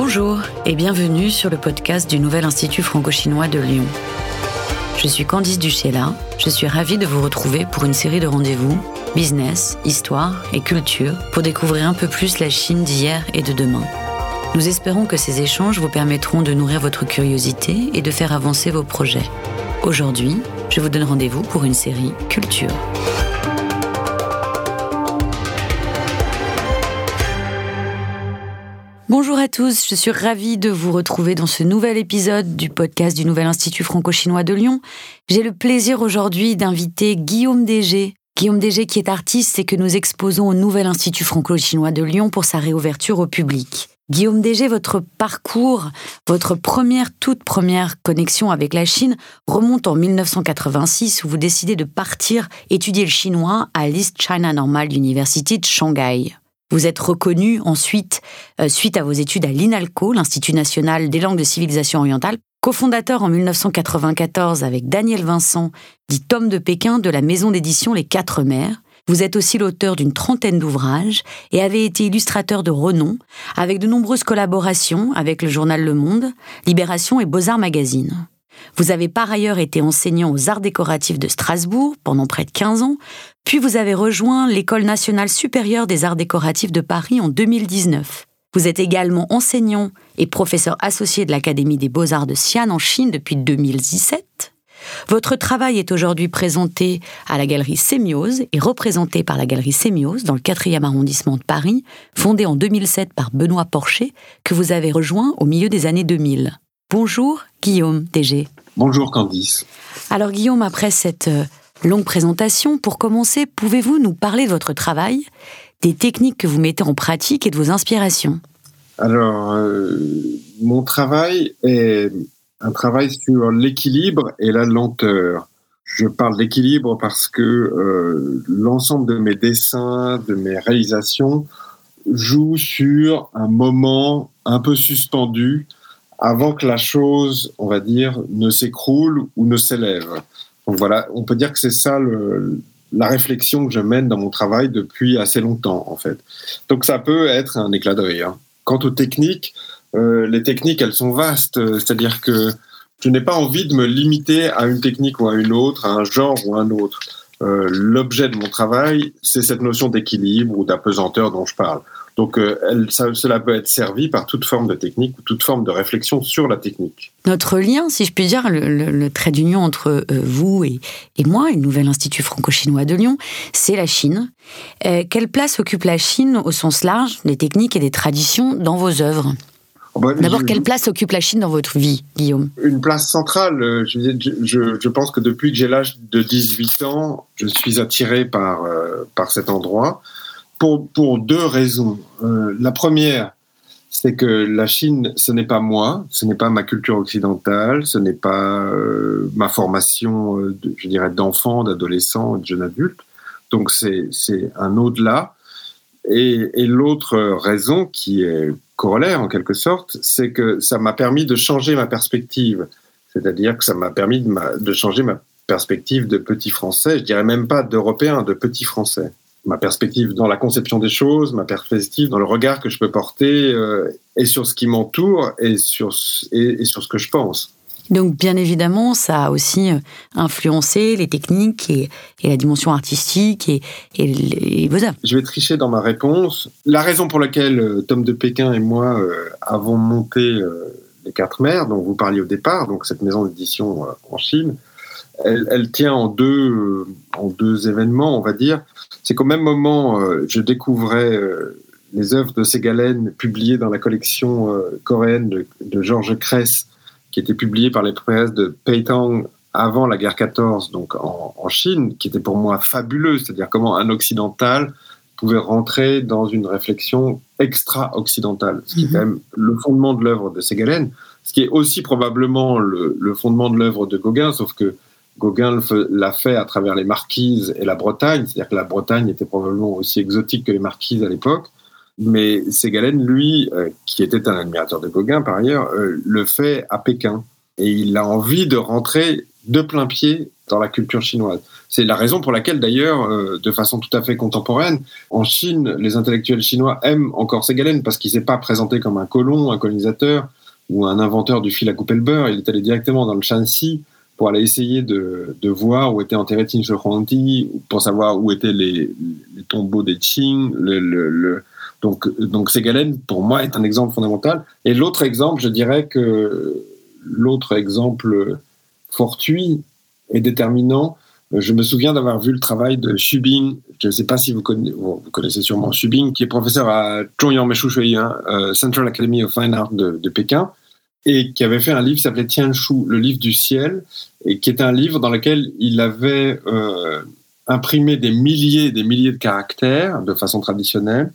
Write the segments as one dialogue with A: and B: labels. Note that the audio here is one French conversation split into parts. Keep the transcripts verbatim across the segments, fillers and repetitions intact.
A: Bonjour et bienvenue sur le podcast du Nouvel Institut franco-chinois de Lyon. Je suis Candice Duchela, je suis ravie de vous retrouver pour une série de rendez-vous, business, histoire et culture, pour découvrir un peu plus la Chine d'hier et de demain. Nous espérons que ces échanges vous permettront de nourrir votre curiosité et de faire avancer vos projets. Aujourd'hui, je vous donne rendez-vous pour une série culture. Bonjour à tous, je suis ravie de vous retrouver dans ce nouvel épisode du podcast du Nouvel Institut franco-chinois de Lyon. J'ai le plaisir aujourd'hui d'inviter Guillaume Desgé. Guillaume Desgé qui est artiste et que nous exposons au Nouvel Institut franco-chinois de Lyon pour sa réouverture au public. Guillaume Desgé, votre parcours, votre première, toute première connexion avec la Chine remonte en dix-neuf cent quatre-vingt-six où vous décidez de partir étudier le chinois à l'East China Normal University de Shanghai. Vous êtes reconnu ensuite, euh, suite à vos études à l'INALCO, l'Institut national des langues de civilisation orientale, cofondateur en dix-neuf cent quatre-vingt-quatorze avec Daniel Vincent, dit Tom de Pékin, de la maison d'édition Les Quatre Mers. Vous êtes aussi l'auteur d'une trentaine d'ouvrages et avez été illustrateur de renom, avec de nombreuses collaborations avec le journal Le Monde, Libération et Beaux-Arts Magazine. Vous avez par ailleurs été enseignant aux arts décoratifs de Strasbourg pendant près de quinze ans, puis vous avez rejoint l'École nationale supérieure des arts décoratifs de Paris en deux mille dix-neuf. Vous êtes également enseignant et professeur associé de l'Académie des Beaux-Arts de Xi'an en Chine depuis deux mille dix-sept. Votre travail est aujourd'hui présenté à la Galerie Sémiose et représenté par la Galerie Sémiose dans le quatrième arrondissement de Paris, fondée en deux mille sept par Benoît Porcher, que vous avez rejoint au milieu des années deux mille. Bonjour Guillaume Desgé.
B: Bonjour Candice.
A: Alors Guillaume, après cette euh, longue présentation, pour commencer, pouvez-vous nous parler de votre travail, des techniques que vous mettez en pratique et de vos inspirations ?
B: Alors, euh, mon travail est un travail sur l'équilibre et la lenteur. Je parle d'équilibre parce que euh, l'ensemble de mes dessins, de mes réalisations, joue sur un moment un peu suspendu avant que la chose, on va dire, ne s'écroule ou ne s'élève. Donc voilà, on peut dire que c'est ça le, la réflexion que je mène dans mon travail depuis assez longtemps, en fait. Donc ça peut être un éclat de rire. Quant aux techniques, euh, les techniques, elles sont vastes. C'est-à-dire que je n'ai pas envie de me limiter à une technique ou à une autre, à un genre ou à un autre. Euh, l'objet de mon travail, c'est cette notion d'équilibre ou d'apesanteur dont je parle. Donc, euh, elle, ça, cela peut être servi par toute forme de technique ou toute forme de réflexion sur la technique.
A: Notre lien, si je puis dire, le, le, le trait d'union entre euh, vous et, et moi, et le Nouvel Institut franco-chinois de Lyon, c'est la Chine. Euh, quelle place occupe la Chine au sens large des techniques et des traditions dans vos œuvres ? Bah, D'abord, je, quelle place occupe la Chine dans votre vie, Guillaume ?
B: Une place centrale. Je, je, je pense que depuis que j'ai l'âge de dix-huit ans, je suis attiré par, euh, par cet endroit. Pour, pour deux raisons. Euh, la première, c'est que la Chine, ce n'est pas moi, ce n'est pas ma culture occidentale, ce n'est pas euh, ma formation, euh, de, je dirais, d'enfant, d'adolescent, de jeune adulte. Donc c'est, c'est un au-delà. Et, et l'autre raison, qui est corollaire en quelque sorte, c'est que ça m'a permis de changer ma perspective. C'est-à-dire que ça m'a permis de, ma, de changer ma perspective de petit Français, je dirais même pas d'Européen, de petit Français. Ma perspective dans la conception des choses, ma perspective dans le regard que je peux porter euh, et sur ce qui m'entoure et sur, et, et sur ce que je pense.
A: Donc, bien évidemment, ça a aussi influencé les techniques et, et la dimension artistique et, et, et vos œuvres.
B: Je vais tricher dans ma réponse. La raison pour laquelle euh, Tom de Pékin et moi euh, avons monté euh, Les Quatre Mers, dont vous parliez au départ, donc cette maison d'édition euh, en Chine, Elle, elle tient en deux, euh, en deux événements, on va dire. C'est qu'au même moment, euh, je découvrais euh, les œuvres de Ségalen publiées dans la collection euh, coréenne de, de Georges Cress, qui était publiée par les presses de Peitang avant la guerre quatorze, donc en, en Chine, qui était pour moi fabuleuse, c'est-à-dire comment un occidental pouvait rentrer dans une réflexion extra-occidentale, ce qui est quand même le fondement de l'œuvre de Ségalen, ce qui est aussi probablement le, le fondement de l'œuvre de Gauguin, sauf que Gauguin l'a fait à travers les Marquises et la Bretagne, c'est-à-dire que la Bretagne était probablement aussi exotique que les Marquises à l'époque, mais Ségalen, lui, euh, qui était un admirateur de Gauguin par ailleurs, euh, le fait à Pékin. Et il a envie de rentrer de plein pied dans la culture chinoise. C'est la raison pour laquelle, d'ailleurs, euh, de façon tout à fait contemporaine, en Chine, les intellectuels chinois aiment encore Ségalen parce qu'il ne s'est pas présenté comme un colon, un colonisateur ou un inventeur du fil à couper le beurre. Il est allé directement dans le Shanxi pour aller essayer de, de voir où était enterré Qin Shi Huangdi, pour savoir où étaient les, les tombeaux des Qing. Le, le, le... Donc, donc Ségalen, pour moi, est un exemple fondamental. Et l'autre exemple, je dirais que l'autre exemple fortuit et déterminant, je me souviens d'avoir vu le travail de Xu Bing. Je ne sais pas si vous connaissez, vous connaissez sûrement Xu Bing, qui est professeur à Zhongyang Meishu Shui, hein, euh, Central Academy of Fine Art de, de Pékin, et qui avait fait un livre qui s'appelait Tianshu, le livre du ciel, et qui est un livre dans lequel il avait euh, imprimé des milliers et des milliers de caractères de façon traditionnelle.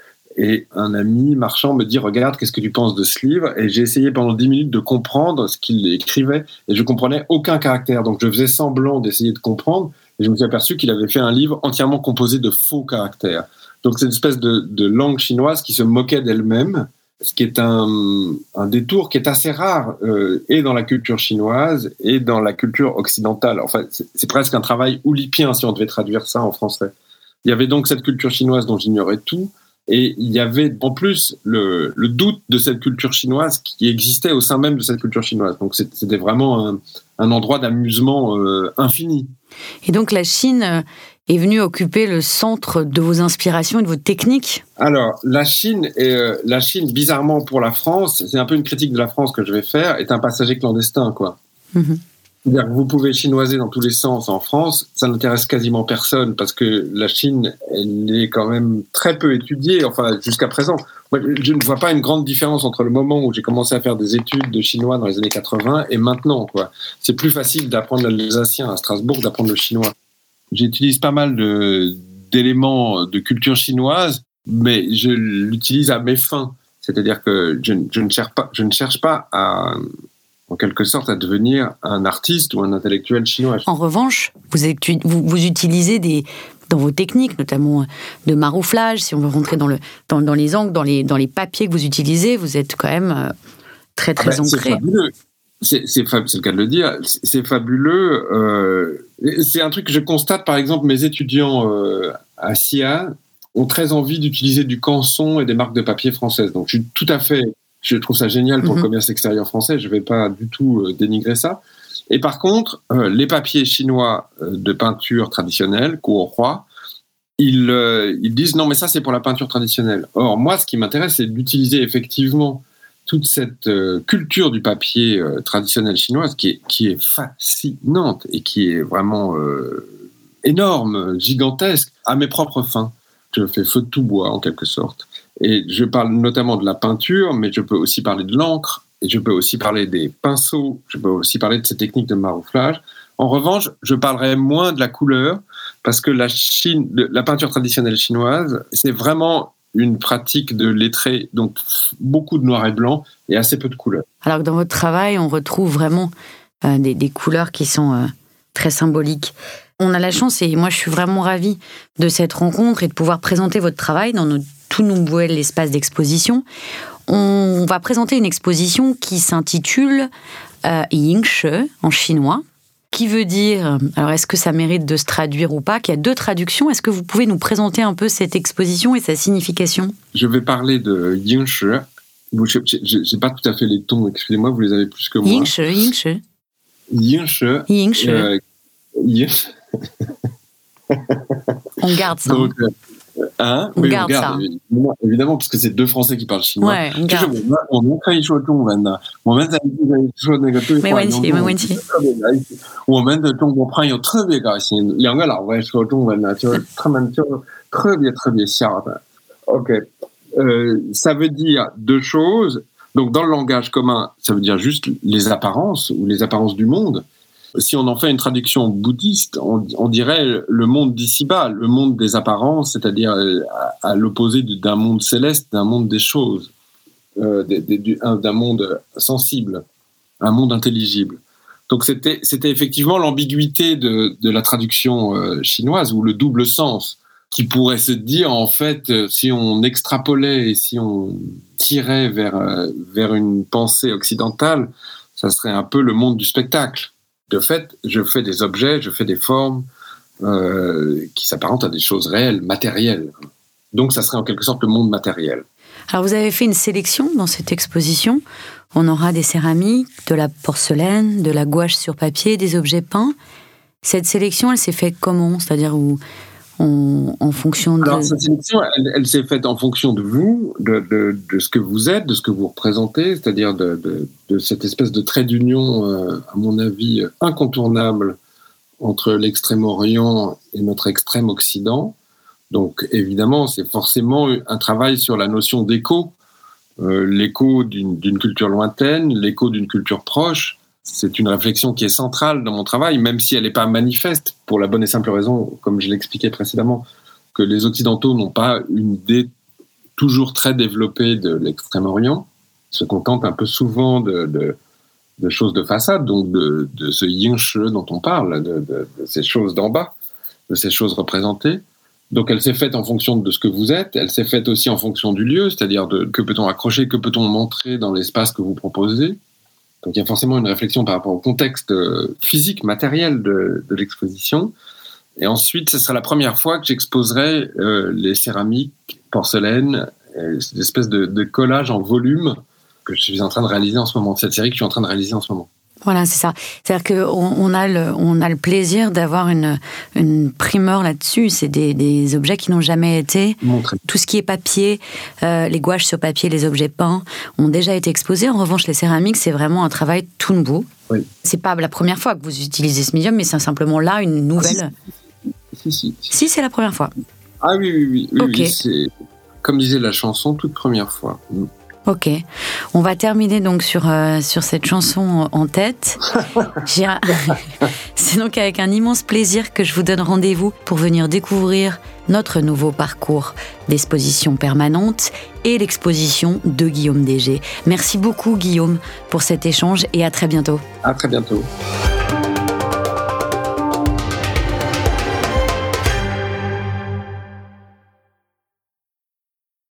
B: Et un ami marchand me dit « Regarde, qu'est-ce que tu penses de ce livre ?» Et j'ai essayé pendant dix minutes de comprendre ce qu'il écrivait, et je comprenais aucun caractère. Donc je faisais semblant d'essayer de comprendre, et je me suis aperçu qu'il avait fait un livre entièrement composé de faux caractères. Donc c'est une espèce de, de langue chinoise qui se moquait d'elle-même, ce qui est un, un détour qui est assez rare, euh, et dans la culture chinoise, et dans la culture occidentale. Enfin, c'est, c'est presque un travail oulipien, si on devait traduire ça en français. Il y avait donc cette culture chinoise dont j'ignorais tout, et il y avait en plus le, le doute de cette culture chinoise qui existait au sein même de cette culture chinoise. Donc c'était vraiment un, un endroit d'amusement euh, infini.
A: Et donc la Chine est venue occuper le centre de vos inspirations et de vos techniques ?
B: Alors la Chine, est, euh, la Chine, bizarrement pour la France, c'est un peu une critique de la France que je vais faire, est un passager clandestin, quoi. Mm-hmm. C'est-à-dire que vous pouvez chinoiser dans tous les sens en France, ça n'intéresse quasiment personne parce que la Chine, elle est quand même très peu étudiée, enfin jusqu'à présent. Moi, je ne vois pas une grande différence entre le moment où j'ai commencé à faire des études de chinois dans les années quatre-vingts et maintenant, quoi. C'est plus facile d'apprendre l'alsacien à Strasbourg d'apprendre le chinois. J'utilise pas mal de, d'éléments de culture chinoise, mais je l'utilise à mes fins. C'est-à-dire que je, je, ne, cherche pas, je ne cherche pas à... en quelque sorte, à devenir un artiste ou un intellectuel chinois.
A: En revanche, vous, vous, vous utilisez des, dans vos techniques, notamment de marouflage, si on veut rentrer dans, le, dans, dans les angles, dans les, dans les papiers que vous utilisez, vous êtes quand même très, très ah ben, ancré.
B: C'est fabuleux. C'est, c'est, fab, c'est le cas de le dire. C'est, c'est fabuleux. Euh, c'est un truc que je constate, par exemple, mes étudiants euh, à S I A ont très envie d'utiliser du canson et des marques de papier françaises. Donc, je suis tout à fait... Je trouve ça génial pour mmh. le commerce extérieur français. Je ne vais pas du tout euh, dénigrer ça. Et par contre, euh, les papiers chinois euh, de peinture traditionnelle, Kuo-Hua, ils, euh, ils disent non, mais ça, c'est pour la peinture traditionnelle. Or, moi, ce qui m'intéresse, c'est d'utiliser effectivement toute cette euh, culture du papier euh, traditionnel chinoise qui est, qui est fascinante et qui est vraiment euh, énorme, gigantesque, à mes propres fins. Je fais feu de tout bois, en quelque sorte. Et je parle notamment de la peinture, mais je peux aussi parler de l'encre, et je peux aussi parler des pinceaux, je peux aussi parler de ces techniques de marouflage. En revanche, je parlerai moins de la couleur, parce que la, Chine, la peinture traditionnelle chinoise, c'est vraiment une pratique de lettré, donc beaucoup de noir et blanc, et assez peu de couleurs.
A: Alors que dans votre travail, on retrouve vraiment euh, des, des couleurs qui sont euh, très symboliques. On a la chance, et moi je suis vraiment ravie de cette rencontre et de pouvoir présenter votre travail dans notre tout nouvel espace d'exposition. On va présenter une exposition qui s'intitule euh, Yingshe en chinois, qui veut dire, alors est-ce que ça mérite de se traduire ou pas, qu'il y a deux traductions. Est-ce que vous pouvez nous présenter un peu cette exposition et sa signification ?
B: Je vais parler de Yingshe. Je n'ai pas tout à fait les tons, excusez-moi, vous les avez plus que moi.
A: Yingshe, Yingshe.
B: Yingshe.
A: Yingshe.
B: Euh, Yingshe.
A: On garde ça. Donc,
B: euh, Hein
A: on
B: oui,
A: garde
B: on garde,
A: ça.
B: Évidemment, évidemment, parce que c'est deux Français qui parlent chinois.
A: Ouais, on garde.
B: 我们可以说中文的，我们在说那个对话。
A: 没问题，没问题。
B: 我们的中国朋友特别高兴，两个老外说中文的，就是他们就特别特别笑的。OK, euh, ça veut dire deux choses. Donc, dans le langage commun, ça veut dire juste les apparences ou les apparences du monde. Si on en fait une traduction bouddhiste, on, on dirait le monde d'ici-bas, le monde des apparences, c'est-à-dire à, à l'opposé d'un monde céleste, d'un monde des choses, euh, des, des, d'un monde sensible, un monde intelligible. Donc c'était, c'était effectivement l'ambiguïté de, de la traduction euh, chinoise, ou le double sens, qui pourrait se dire, en fait, si on extrapolait et si on tirait vers, vers une pensée occidentale, ça serait un peu le monde du spectacle. De fait, je fais des objets, je fais des formes euh, qui s'apparentent à des choses réelles, matérielles. Donc ça serait en quelque sorte le monde matériel.
A: Alors vous avez fait une sélection dans cette exposition. On aura des céramiques, de la porcelaine, de la gouache sur papier, des objets peints. Cette sélection, elle s'est faite comment ? C'est-à-dire où on, en fonction de...
B: Alors cette sélection, elle, elle s'est faite en fonction de vous, de, de, de ce que vous êtes, de ce que vous représentez, c'est-à-dire de, de, de cette espèce de trait d'union, euh, à mon avis, incontournable entre l'extrême-orient et notre extrême-occident. Donc évidemment, c'est forcément un travail sur la notion d'écho, euh, l'écho d'une, d'une culture lointaine, l'écho d'une culture proche. C'est une réflexion qui est centrale dans mon travail, même si elle n'est pas manifeste, pour la bonne et simple raison, comme je l'expliquais précédemment, que les Occidentaux n'ont pas une idée toujours très développée de l'Extrême-Orient, se contentent un peu souvent de, de, de choses de façade, donc de, de ce yin-she dont on parle, de, de, de ces choses d'en bas, de ces choses représentées. Donc elle s'est faite en fonction de ce que vous êtes, elle s'est faite aussi en fonction du lieu, c'est-à-dire de que peut-on accrocher, que peut-on montrer dans l'espace que vous proposez. Donc il y a forcément une réflexion par rapport au contexte physique, matériel de, de l'exposition. Et ensuite, ce sera la première fois que j'exposerai euh, les céramiques, porcelaines, euh, cette espèce de, de collage en volume que je suis en train de réaliser en ce moment, cette série que je suis en train de réaliser en ce moment.
A: Voilà, c'est ça. C'est-à-dire qu'on on a, le, on a le plaisir d'avoir une, une primeur là-dessus. C'est des, des objets qui n'ont jamais été...
B: Montré.
A: Tout ce qui est papier, euh, les gouaches sur papier, les objets peints ont déjà été exposés. En revanche, les céramiques, c'est vraiment un travail tout nouveau.
B: Oui.
A: C'est pas la première fois que vous utilisez ce médium, mais c'est simplement là une nouvelle...
B: Si, si, si.
A: Si, c'est la première fois.
B: Ah oui, oui, oui. oui,
A: okay.
B: oui c'est, comme disait la chanson, toute première fois.
A: Ok, on va terminer donc sur, euh, sur cette chanson en tête. J'ai un... C'est donc avec un immense plaisir que je vous donne rendez-vous pour venir découvrir notre nouveau parcours d'exposition permanente et l'exposition de Guillaume Desgé. Merci beaucoup Guillaume pour cet échange et à très bientôt.
B: À très bientôt.